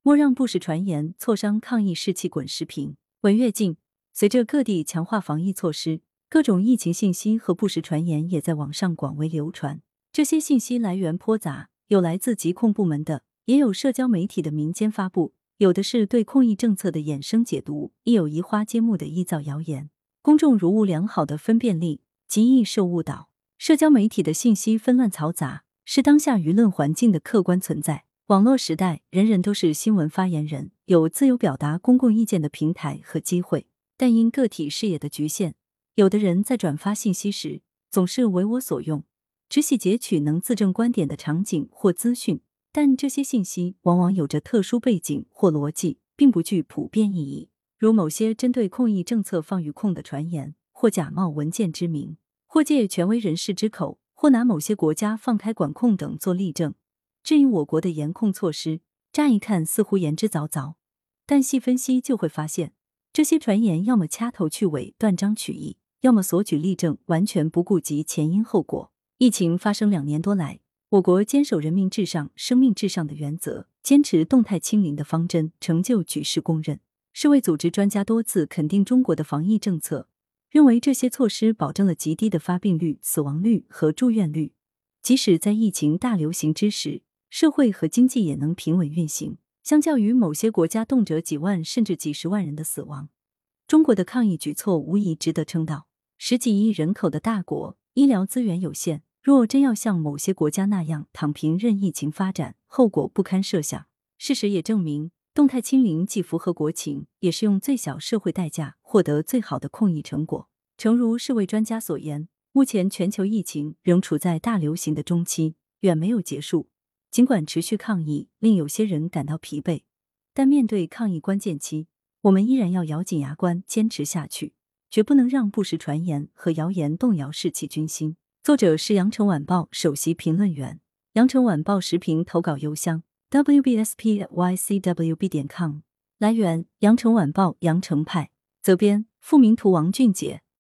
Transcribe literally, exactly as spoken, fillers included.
莫让不实传言挫伤抗疫士气滚石屏。文跃进。随着各地强化防疫措施，各种疫情信息和不实传言也在网上广为流传。这些信息来源颇杂，有来自疾控部门的，也有社交媒体的民间发布，有的是对控疫政策的衍生解读，亦有移花接木的臆造谣言。公众如无良好的分辨力，极易受误导。社交媒体的信息纷乱嘈杂，是当下舆论环境的客观存在。网络时代，人人都是新闻发言人，有自由表达公共意见的平台和机会。但因个体视野的局限，有的人在转发信息时总是为我所用，只喜截取能自证观点的场景或资讯，但这些信息往往有着特殊背景或逻辑，并不具普遍意义。如某些针对控疫政策放于控的传言，或假冒文件之名，或借权威人士之口，或拿某些国家放开管控等做例证。至于我国的严控措施，乍一看似乎言之凿凿，但细分析就会发现，这些传言要么掐头去尾，断章取义，要么所举例证完全不顾及前因后果。疫情发生两年多来，我国坚守人民至上、生命至上的原则，坚持动态清零的方针，成就举世公认。世卫组织专家多次肯定中国的防疫政策，认为这些措施保证了极低的发病率、死亡率和住院率，即使在疫情大流行之时，社会和经济也能平稳运行。相较于某些国家动辄几万甚至几十万人的死亡，中国的抗疫举措无疑值得称道。十几亿人口的大国，医疗资源有限，若真要像某些国家那样躺平任疫情发展，后果不堪设想。事实也证明，动态清零既符合国情，也是用最小社会代价获得最好的控疫成果。诚如世卫专家所言，目前全球疫情仍处在大流行的中期，远没有结束。尽管持续抗疫令有些人感到疲惫，但面对抗疫关键期，我们依然要咬紧牙关坚持下去，绝不能让不实传言和谣言动摇士气军心。作者是羊城晚报首席评论员，羊城晚报时评投稿邮箱 w b s p at y c w b 点 com。 来源：羊城晚报羊城派，责编：付明图，王俊杰。